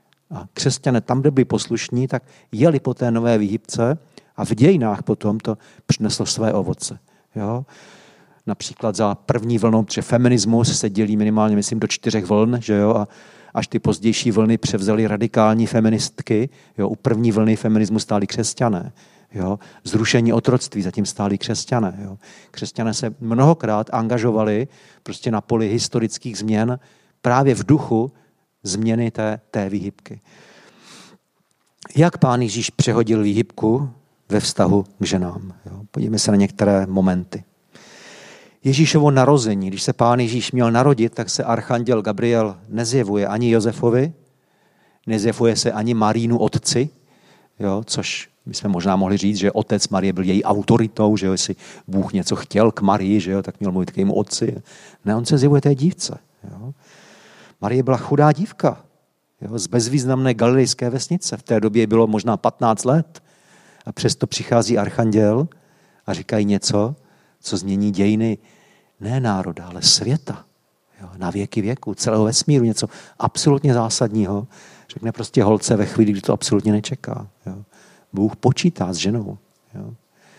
A křesťané tam, kde byli poslušní, tak jeli po té nové výhybce a v dějinách potom to přineslo své ovoce. Jo? Například za první vlnou, protože feminismus se dělí minimálně, myslím, do 4 vln, že jo, a až ty pozdější vlny převzaly radikální feministky, jo, u první vlny feminismu stáli křesťané. Jo, zrušení otroctví, zatím stáli křesťané. Jo. Křesťané se mnohokrát angažovali prostě na poli historických změn právě v duchu změny té výhybky. Jak Pán Ježíš přehodil výhybku ve vztahu k ženám? Jo. Podívejme se na některé momenty. Ježíšovo narození, když se Pán Ježíš měl narodit, tak se archanděl Gabriel nezjevuje ani Josefovi, nezjevuje se ani Marínu otci, jo, což bychom možná mohli říct, že otec Marie byl její autoritou, že jo, jestli Bůh něco chtěl k Marii, že jo, tak měl mluvit k jejímu otci. Ne, on se zjevuje té dívce. Jo. Marie byla chudá dívka, jo, z bezvýznamné galilejské vesnice. V té době bylo možná 15 let. A přesto přichází archanděl a říkají něco, co změní dějiny ne národa, ale světa. Jo, na věky věku, celého vesmíru, něco absolutně zásadního. Řekne prostě holce ve chvíli, kdy to absolutně nečeká. Jo. Bůh počítá s ženou. Jo.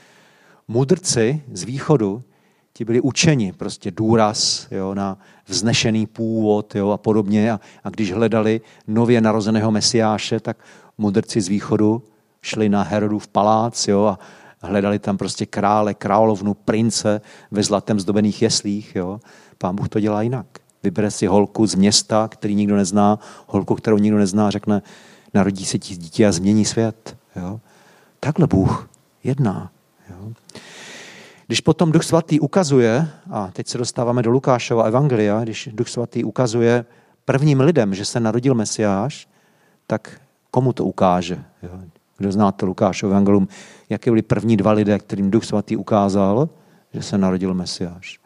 Mudrci z východu, ti byli učeni, prostě důraz, jo, na vznešený původ, jo, a podobně. A když hledali nově narozeného mesiáše, tak mudrci z východu šli na Herodův palác, jo, a hledali tam prostě krále, královnu, prince ve zlatem zdobených jeslích. Jo. Pán Bůh to dělá jinak. Vybere si holku z města, který nikdo nezná, holku, kterou nikdo nezná, řekne, narodí se ti dítě a změní svět. Jo. Takhle Bůh jedná. Jo. Když potom Duch Svatý ukazuje, a teď se dostáváme do Lukášova evangelia, když Duch Svatý ukazuje prvním lidem, že se narodil Mesiáš, tak komu to ukáže? Jo. Kdo znáte Lukášovo evangelium, jaké byli první 2 lidé, kterým Duch Svatý ukázal, že se narodil Mesiáš?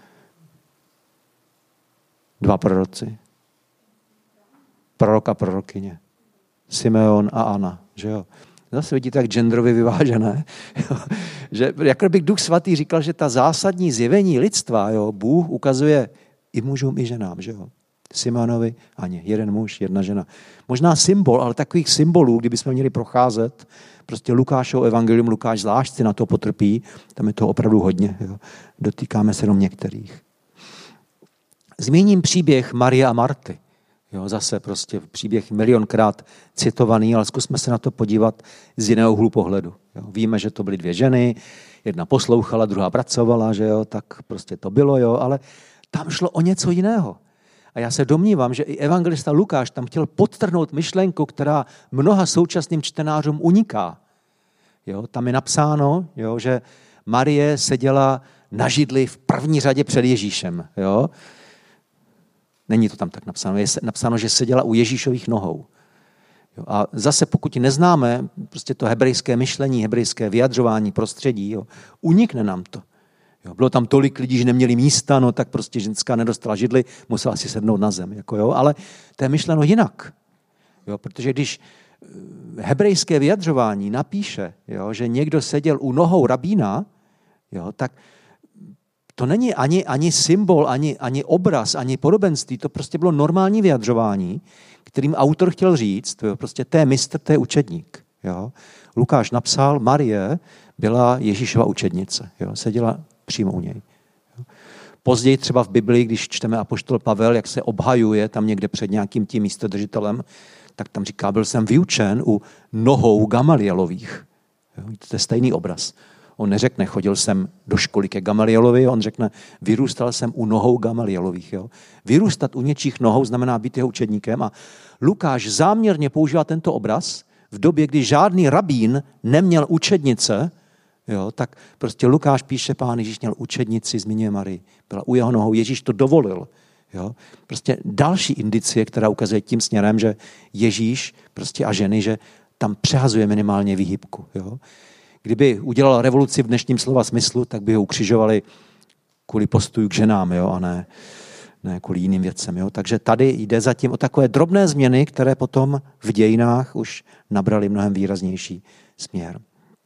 2 proroci. Prorok a prorokyně. Simeon a Anna. Že jo? Zase vidíte, jak genderově vyvážené. Že jako bych Duch Svatý říkal, že ta zásadní zjevení lidstva, jo, Bůh ukazuje i mužům, i ženám. Že jo? Simeonovi, Aně, jeden muž, jedna žena. Možná symbol, ale takových symbolů, kdybychom měli procházet, prostě Lukášovo evangelium, Lukáš zvlášť si na to potrpí, tam je to opravdu hodně. Jo? Dotýkáme se jenom některých. Zmíním příběh Marie a Marty. Jo, zase prostě příběh milionkrát citovaný, ale zkusme se na to podívat z jiného úhlu pohledu. Jo, víme, že to byly dvě ženy, jedna poslouchala, druhá pracovala, že jo, tak prostě to bylo, jo, ale tam šlo o něco jiného. A já se domnívám, že i evangelista Lukáš tam chtěl podtrhnout myšlenku, která mnoha současným čtenářům uniká. Jo, tam je napsáno, jo, že Marie seděla na židli v první řadě před Ježíšem. Jo. Není to tam tak napsáno. Je napsáno, že seděla u Ježíšových nohou. Jo, a zase pokud neznáme prostě to hebrejské myšlení, hebrejské vyjadřování prostředí, jo, unikne nám to. Jo, bylo tam tolik lidí, že neměli místa, no tak prostě ženská nedostala židli, musela si sednout na zem. Jako, jo, ale to je myšleno jinak. Jo, protože když hebrejské vyjadřování napíše, jo, že někdo seděl u nohou rabína, jo, tak to není ani symbol, ani obraz, ani podobenství, to prostě bylo normální vyjadřování, kterým autor chtěl říct, jo, prostě to je mistr, to je učedník. Jo. Lukáš napsal, Marie byla Ježíšova učednice, jo, seděla přímo u něj. Jo. Později třeba v Biblii, když čteme apoštol Pavel, jak se obhajuje tam někde před nějakým tím místodržitelem, tak tam říká, byl jsem vyučen u nohou Gamalielových. Jo, to je stejný obraz. On neřekne, chodil jsem do školy ke Gamalielovi, on řekne, vyrůstal jsem u nohou Gamalielových. Jo. Vyrůstat u něčích nohou znamená být jeho učedníkem a Lukáš záměrně používá tento obraz v době, kdy žádný rabín neměl učednice, jo, tak prostě Lukáš píše, Pán Ježíš měl učednici, zmiňuje Marii, byla u jeho nohou, Ježíš to dovolil. Jo. Prostě další indicie, která ukazuje tím směrem, že Ježíš prostě a ženy, že tam přehazuje minimálně výhybku. Jo. Kdyby udělal revoluci v dnešním slova smyslu, tak by ho ukřižovali kvůli postoju k ženám, jo, a ne kvůli jiným věcem. Jo. Takže tady jde zatím o takové drobné změny, které potom v dějinách už nabraly mnohem výraznější směr.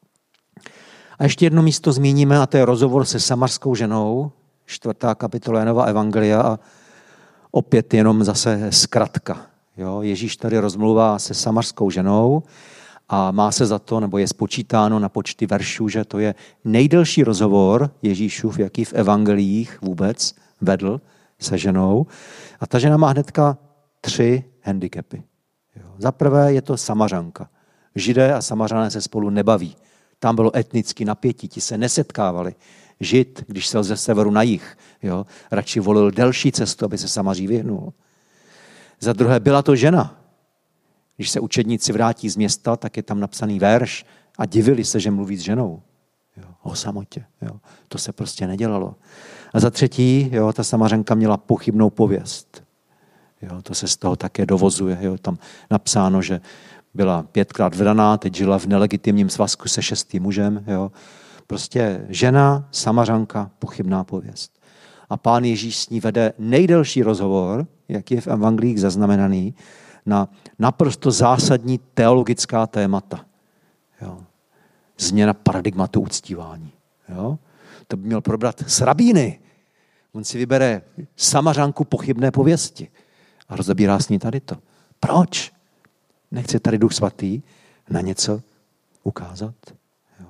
A ještě jedno místo zmíníme, a to je rozhovor se samarskou ženou, 4. kapitola Janova evangelia a opět jenom zase zkratka. Jo. Ježíš tady rozmluvá se samarskou ženou, a má se za to, nebo je spočítáno na počty veršů, že to je nejdelší rozhovor Ježíšův, jaký v evangeliích vůbec vedl se ženou. A ta žena má hnedka 3 handicapy. Za prvé je to Samařanka. Židé a Samařané se spolu nebaví. Tam bylo etnický napětí, ti se nesetkávali. Žid, když šel ze severu na jih, jo, radši volil delší cestu, aby se Samaří vyhnul. Za druhé byla to žena. Když se učedníci vrátí z města, tak je tam napsaný verš a divili se, že mluví s ženou. Jo, o samotě. Jo. To se prostě nedělalo. A za třetí, jo, ta Samařanka měla pochybnou pověst. Jo, to se z toho také dovozuje. Jo. Tam napsáno, že byla 5krát vdaná, teď žila v nelegitimním svazku se 6. mužem. Jo. Prostě žena, Samařanka, pochybná pověst. A Pán Ježíš s ní vede nejdelší rozhovor, jak je v evangelích zaznamenaný, na naprosto zásadní teologická témata. Jo. Změna paradigmatu uctívání. Jo. To by měl probrat s rabíny. On si vybere Samařanku pochybné pověsti a rozebírá s ní tady to. Proč? Nechce tady Duch Svatý na něco ukázat? Jo.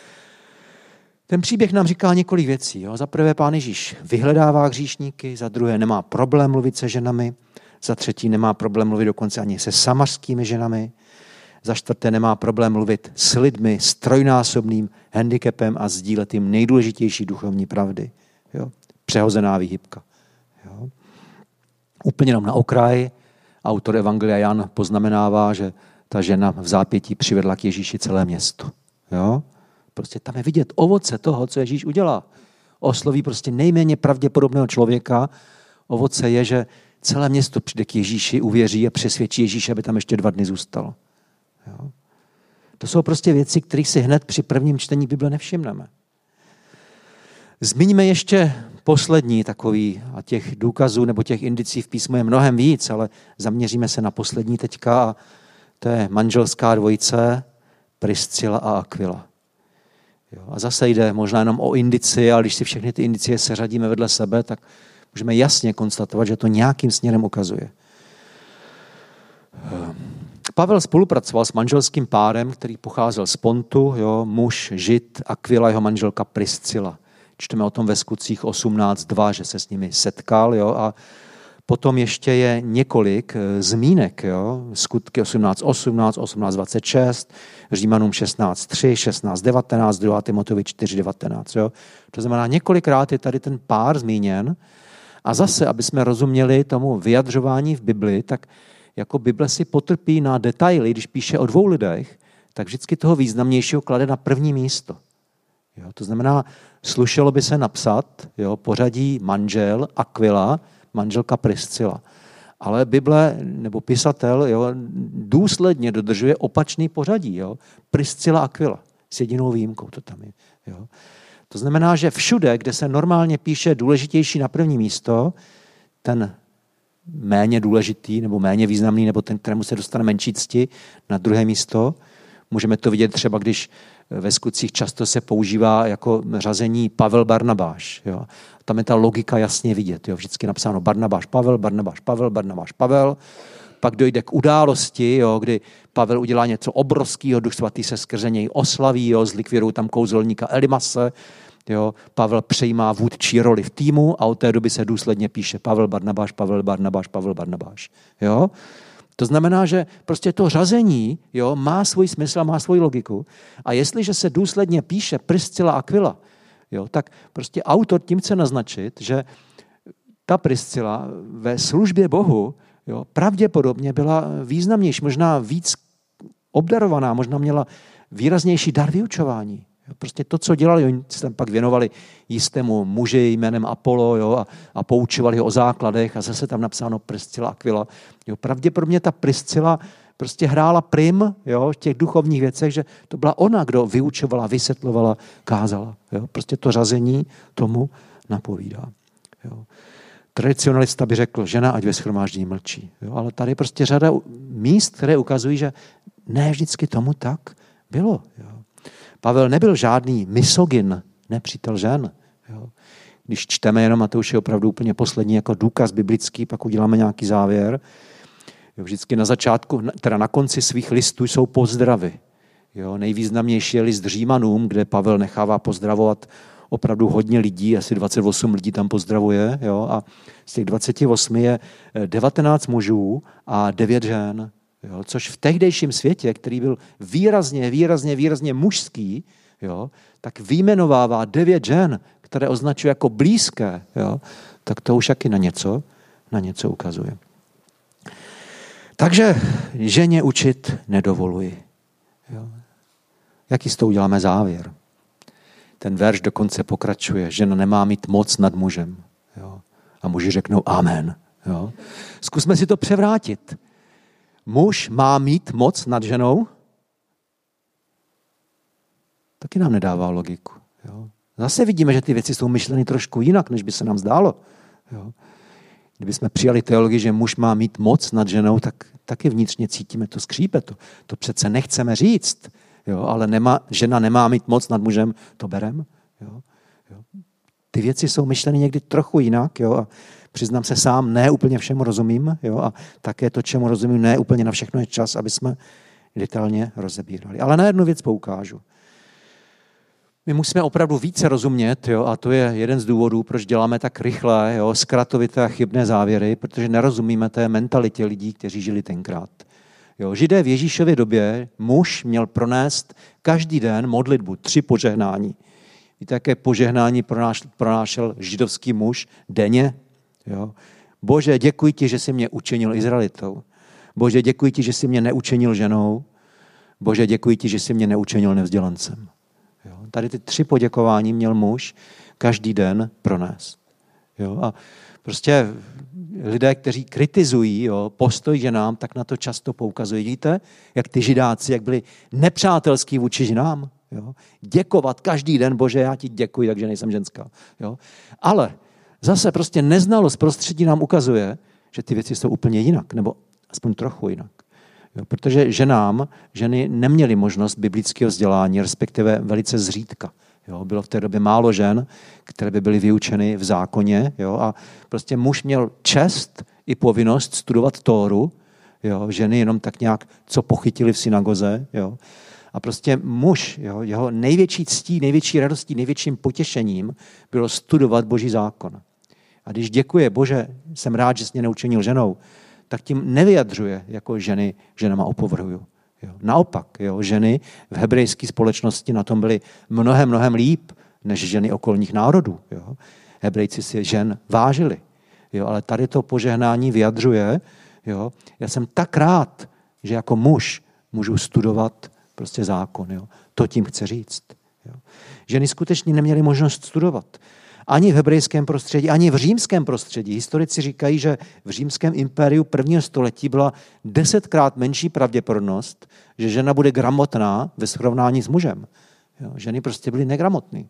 Ten příběh nám říká několik věcí. Jo. Za prvé Pán Ježíš vyhledává hříšníky, za druhé nemá problém mluvit se ženami, za třetí nemá problém mluvit dokonce ani se samařskými ženami, za čtvrté nemá problém mluvit s lidmi s trojnásobným handicapem a sdílet jim nejdůležitější duchovní pravdy. Jo. Přehozená výhybka. Jo. Úplně nám na okraj autor Evangelia Jan poznamenává, že ta žena v zápětí přivedla k Ježíši celé město. Jo. Prostě tam je vidět ovoce toho, co Ježíš udělá. Osloví prostě nejméně pravděpodobného člověka. Ovoce je, že celé město přijde k Ježíši, uvěří a přesvědčí Ježíše, aby tam ještě 2 dny zůstalo. Jo. To jsou prostě věci, kterých si hned při prvním čtení Bible nevšimneme. Zmíníme ještě poslední takový, a těch důkazů nebo těch indicí v písmu je mnohem víc, ale zaměříme se na poslední teďka a to je manželská dvojice Priscila a Aquila. Jo, a zase jde možná jenom o indicie, ale když si všechny ty indicie seřadíme vedle sebe, tak můžeme jasně konstatovat, že to nějakým směrem ukazuje. Pavel spolupracoval s manželským párem, který pocházel z Pontu, jo, muž, Žid, Aquila, jeho manželka Priscila. Čteme o tom ve Skutcích 18.2, že se s nimi setkal. Jo, a potom ještě je několik zmínek. Jo, Skutky 18.18, 18.26, Římanům 16.3, 16.19, 2. Timoteovi 4.19. To znamená, několikrát je tady ten pár zmíněn. A zase, aby jsme rozuměli tomu vyjadřování v Bibli, tak jako Bible si potrpí na detaily, když píše o dvou lidech, tak vždycky toho významnějšího klade na první místo. Jo, to znamená, slušelo by se napsat pořadí manžel Aquila, manželka Priscila. Ale Bible nebo pisatel důsledně dodržuje opačný pořadí. Jo. Priscila Aquila, s jedinou výjimkou to tam je. Jo. To znamená, že všude, kde se normálně píše důležitější na první místo, ten méně důležitý nebo méně významný, nebo ten, kterému se dostane menší cti, na druhé místo. Můžeme to vidět třeba, když ve Skutcích často se používá jako řazení Pavel Barnabáš. Jo. Tam je ta logika jasně vidět. Jo. Vždycky napsáno Barnabáš Pavel, Barnabáš Pavel, Barnabáš Pavel. Pak dojde k události, jo, kdy Pavel udělá něco obrovského, Duch svatý se skrze něj oslaví, jo, zlikvidují tam kouzelníka Elimase. Jo, Pavel přejímá vůdčí roli v týmu a od té doby se důsledně píše Pavel Barnabáš, Pavel Barnabáš, Pavel Barnabáš. Jo? To znamená, že prostě to řazení má svůj smysl a má svoji logiku. A jestliže se důsledně píše Priscila Aquila, tak prostě autor tím chce naznačit, že ta Priscila ve službě Bohu pravděpodobně byla významnější, možná víc obdarovaná, možná měla výraznější dar vyučování. Prostě to, co dělali, oni se tam pak věnovali jistému muži jménem Apollo a poučovali ho o základech a zase tam napsáno Priscila Aquila. Pravděpodobně ta Priscila prostě hrála prim v těch duchovních věcech, že to byla ona, kdo vyučovala, vysvětlovala, kázala. Prostě to řazení tomu napovídá. Tradicionalista by řekl, žena ať ve shromáždění mlčí. Ale tady je prostě řada míst, které ukazují, že ne vždycky tomu tak bylo. Pavel nebyl žádný misogyn, nepřítel žen. Jo. Když čteme jenom, a to už je opravdu úplně poslední jako důkaz biblický, pak uděláme nějaký závěr. Jo, vždycky na začátku, teda na konci svých listů jsou pozdravy. Jo, nejvýznamnější je list Římanům, kde Pavel nechává pozdravovat opravdu hodně lidí, asi 28 lidí tam pozdravuje. Jo, a z těch 28 je 19 mužů a 9 žen. Jo, což v tehdejším světě, který byl výrazně mužský, tak vyjmenovává 9 žen, které označuje jako blízké, tak to už taky na něco ukazuje. Takže ženě učit nedovoluji. Jo. Jaký z toho uděláme závěr? Ten verš dokonce pokračuje. Žena nemá mít moc nad mužem. Jo. A muži řeknou amen. Jo. Zkusme si to převrátit. Muž má mít moc nad ženou? Taky nám nedává logiku. Jo. Zase vidíme, že ty věci jsou myšleny trošku jinak, než by se nám zdálo. Jo. Kdybychom přijali teologii, že muž má mít moc nad ženou, tak taky vnitřně cítíme to skřípe. To přece nechceme říct. Jo. Ale žena nemá mít moc nad mužem, to berem. Jo. Jo. Ty věci jsou myšleny někdy trochu jinak. Jo. A přiznám se sám, ne úplně všemu rozumím. Jo. A také to, čemu rozumím, ne úplně na všechno je čas, aby jsme detailně rozebírali. Ale na jednu věc poukážu. My musíme opravdu více rozumět, a to je jeden z důvodů, proč děláme tak rychle, zkratovité a chybné závěry, protože nerozumíme té mentalitě lidí, kteří žili tenkrát. Židé v Ježíšově době muž měl pronést každý den modlitbu, 3 požehnání. Víte, jaké požehnání pronášel židovský muž denně? Bože, děkuji ti, že jsi mě učinil Izraelitou. Bože, děkuji ti, že jsi mě neučinil ženou. Bože, děkuji ti, že jsi mě neučinil nevzdělancem. Tady ty 3 poděkování měl muž každý den pronést. A prostě lidé, kteří kritizují postoj ženám, tak na to často poukazují. Vidíte, jak ty židáci, jak byli nepřátelský vůči ženám. Děkovat každý den, Bože, já ti děkuji, takže nejsem ženská. Ale zase prostě neznalost prostředí nám ukazuje, že ty věci jsou úplně jinak, nebo aspoň trochu jinak. Jo, protože ženy neměly možnost biblického vzdělání, respektive velice zřídka. Jo, bylo v té době málo žen, které by byly vyučeny v zákoně. Jo, a prostě muž měl čest i povinnost studovat Tóru. Jo, ženy jenom tak nějak, co pochytili v synagoze. Jo. A prostě muž, jo, jeho největší ctí, největší radostí, největším potěšením bylo studovat Boží zákon. A když děkuje, Bože, jsem rád, že jsi mě neučinil ženou, tak tím nevyjadřuje, jako ženy, ženama opovrhuju. Jo. Naopak, jo, ženy v hebrejské společnosti na tom byly mnohem líp, než ženy okolních národů. Jo. Hebrejci si žen vážili. Jo, ale tady to požehnání vyjadřuje, jo, já jsem tak rád, že jako muž můžu studovat prostě zákon. Jo. To tím chce říct. Jo. Ženy skutečně neměly možnost studovat. Ani v hebrejském prostředí, ani v římském prostředí. Historici říkají, že v římském impériu 1. století byla 10krát menší pravděpodobnost, že žena bude gramotná ve srovnání s mužem. Jo. Ženy prostě byly negramotné.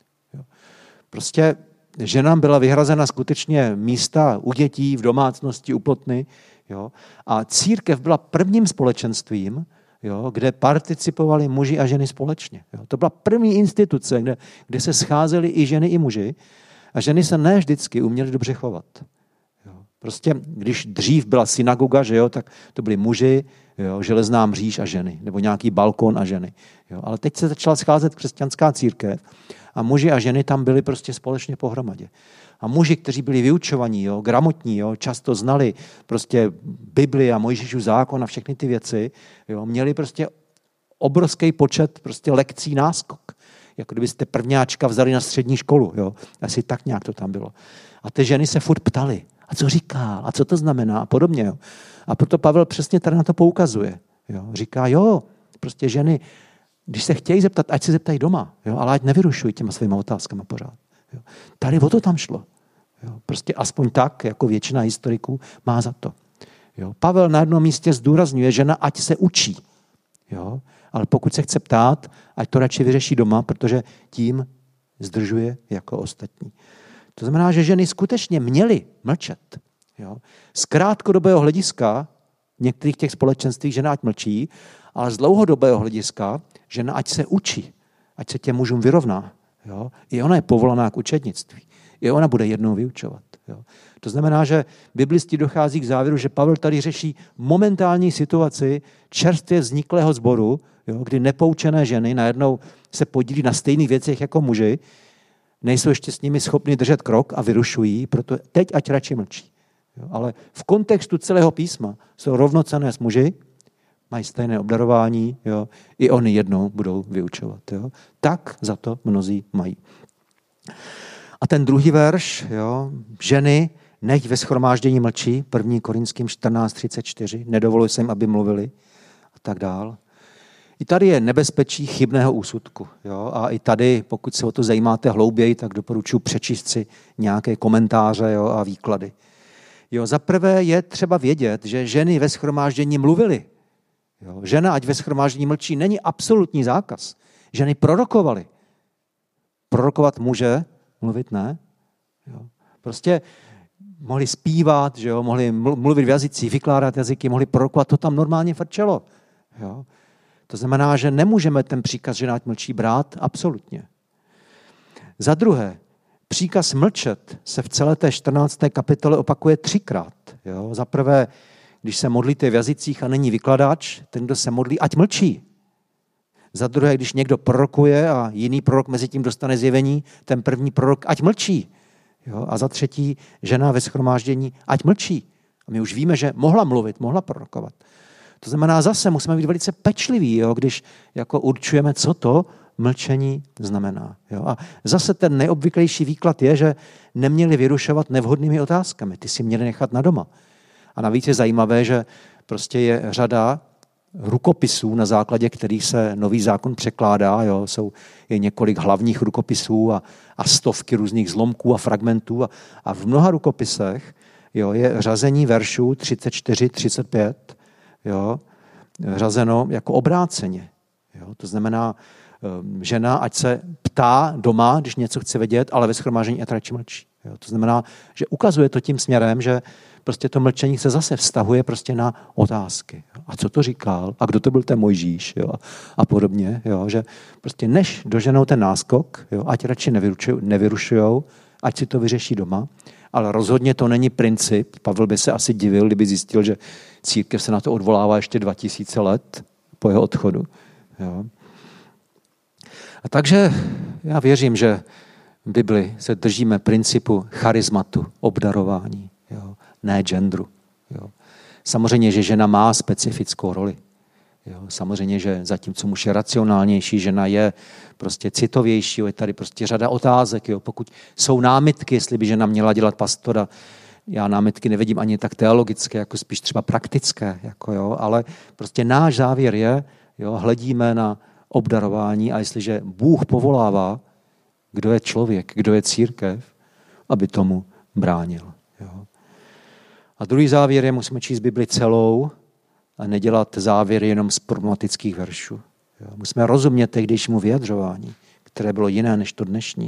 Prostě ženám byla vyhrazena skutečně místa u dětí, v domácnosti, u plotny. Jo. A církev byla prvním společenstvím, jo, kde participovali muži a ženy společně. Jo. To byla první instituce, kde se scházeli i ženy, i muži. A ženy se ne vždycky uměly dobře chovat. Jo. Prostě, když dřív byla synagoga, že jo, tak to byli muži, jo, železná mříž a ženy, nebo nějaký balkon a ženy. Jo. Ale teď se začala scházet křesťanská církev a muži a ženy tam byli prostě společně pohromadě. A muži, kteří byli vyučovaní, jo, gramotní, jo, často znali prostě Bibli a Mojžíšův zákon a všechny ty věci, jo, měli prostě obrovský počet prostě lekcí náskok. Jako kdybyste prvňáčka vzali na střední školu. Jo. Asi tak nějak to tam bylo. A ty ženy se furt ptaly, a co říká, a co to znamená a podobně. Jo. A proto Pavel přesně tady na to poukazuje. Jo. Říká, jo, prostě ženy, když se chtějí zeptat, ať se zeptají doma, jo, ale ať nevyrušují těma svýma otázkama pořád. Jo. Tady o to tam šlo. Jo. Prostě aspoň tak, jako většina historiků má za to. Jo. Pavel na jednom místě zdůrazňuje, žena ať se učí. Jo. Ale pokud se chce ptát, ať to radši vyřeší doma, protože tím zdržuje jako ostatní. To znamená, že ženy skutečně měly mlčet. Jo. Z krátkodobého hlediska v některých těch společenstvích žena ať mlčí, ale z dlouhodobého hlediska žena ať se učí, ať se těm mužům vyrovná. Jo. I ona je povolaná k učednictví. I ona bude jednou vyučovat. Jo. To znamená, že biblisti dochází k závěru, že Pavel tady řeší momentální situaci čerstvě vzniklého sboru, jo, kdy nepoučené ženy najednou se podílí na stejných věcech jako muži, nejsou ještě s nimi schopni držet krok a vyrušují, proto teď ať radši mlčí. Jo. Ale v kontextu celého písma jsou rovnocenné s muži, mají stejné obdarování, jo, i oni jednou budou vyučovat. Jo. Tak za to mnozí mají. A ten druhý verš, jo, ženy, nech ve shromáždění mlčí, 1. Korinským 14:34, nedovoluj se jim, aby mluvili a tak dál. I tady je nebezpečí chybného úsudku. Jo, a i tady, pokud se o to zajímáte hlouběji, tak doporučuji přečíst si nějaké komentáře, jo, a výklady. Jo, za prvé je třeba vědět, že ženy ve shromáždění mluvily. Jo, žena, ať ve shromáždění mlčí, není absolutní zákaz. Ženy prorokovaly. Prorokovat může, mluvit ne. Jo. Prostě mohli zpívat, že jo, mohli mluvit v jazycích, vykládat jazyky, mohli prorokovat, to tam normálně frčelo. Jo. To znamená, že nemůžeme ten příkaz, že ať mlčí, brát absolutně. Za druhé, příkaz mlčet se v celé té 14. kapitole opakuje 3krát. Jo. Za prvé, když se modlíte v jazycích a není vykladač, ten, kdo se modlí, ať mlčí. Za druhé, když někdo prorokuje a jiný prorok mezi tím dostane zjevení, ten první prorok, ať mlčí. Jo? A za třetí, žena ve shromáždění, ať mlčí. A my už víme, že mohla mluvit, mohla prorokovat. To znamená, zase musíme být velice pečliví, jo? Když jako určujeme, co to mlčení znamená. Jo? A zase ten nejobvyklejší výklad je, že neměli vyrušovat nevhodnými otázkami. Ty si měli nechat na doma. A navíc je zajímavé, že prostě je řada rukopisů, na základě kterých se nový zákon překládá. Jo. Je několik hlavních rukopisů a stovky různých zlomků a fragmentů. A v mnoha rukopisech, jo, je řazení veršů 34, 35, jo, řazeno jako obráceně. Jo. To znamená, žena ať se ptá doma, když něco chce vědět, ale ve shromáždění ať radši mlčí. Jo, to znamená, že ukazuje to tím směrem, že prostě to mlčení se zase vztahuje prostě na otázky. Jo. A co to říkal? A kdo to byl ten Mojžíš? Jo. A podobně. Jo. Že prostě než doženou ten náskok, jo, ať radši nevyrušujou, ať si to vyřeší doma, ale rozhodně to není princip. Pavel by se asi divil, kdyby zjistil, že církev se na to odvolává ještě 2000 let po jeho odchodu. Jo. A takže já věřím, že v Bibli se držíme principu charizmatu, obdarování, jo, ne genderu. Jo. Samozřejmě, že žena má specifickou roli. Jo. Samozřejmě, že zatímco muž je racionálnější, žena je prostě citovější, je tady prostě řada otázek. Jo. Pokud jsou námitky, jestli by žena měla dělat pastora, já námitky nevidím ani tak teologické, jako spíš třeba praktické, jako jo, ale prostě náš závěr je, jo, hledíme na obdarování a jestliže Bůh povolává, kdo je člověk, kdo je církev, aby tomu bránil. Jo. A druhý závěr je, musíme číst Bibli celou a nedělat závěry jenom z problematických veršů. Jo. Musíme rozumět tehdejšímu vyjadřování, které bylo jiné než to dnešní.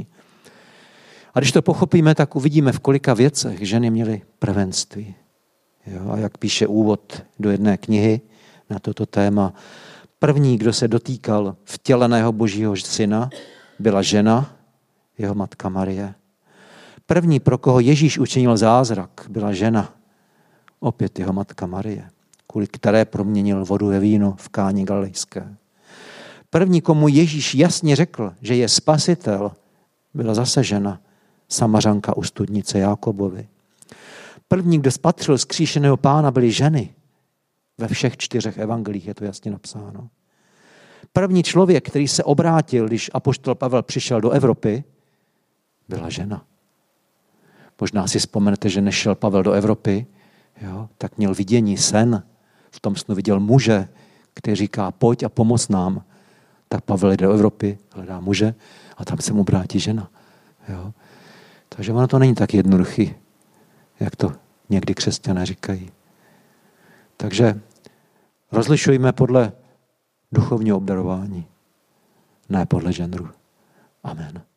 A když to pochopíme, tak uvidíme, v kolika věcech ženy měly prvenství. Jo. A jak píše úvod do jedné knihy na toto téma, první, kdo se dotýkal vtěleného Božího syna, byla žena, jeho matka Marie. První, pro koho Ježíš učinil zázrak, byla žena, opět jeho matka Marie, kvůli které proměnil vodu ve víno v Káni Galilejské. První, komu Ježíš jasně řekl, že je spasitel, byla zase žena, Samařanka u studnice Jákobovi. První, kdo spatřil vzkříšeného Pána, byly ženy. Ve všech 4 evangelích je to jasně napsáno. První člověk, který se obrátil, když apoštol Pavel přišel do Evropy, byla žena. Možná si vzpomenete, že nešel Pavel do Evropy, jo, tak měl vidění, sen. V tom snu viděl muže, který říká, pojď a pomoz nám. Tak Pavel jde do Evropy, hledá muže a tam se mu obrátí žena. Jo. Takže ono to není tak jednoduchý, jak to někdy křesťané říkají. Takže rozlišujme podle duchovního obdarování, ne podle genderu. Amen.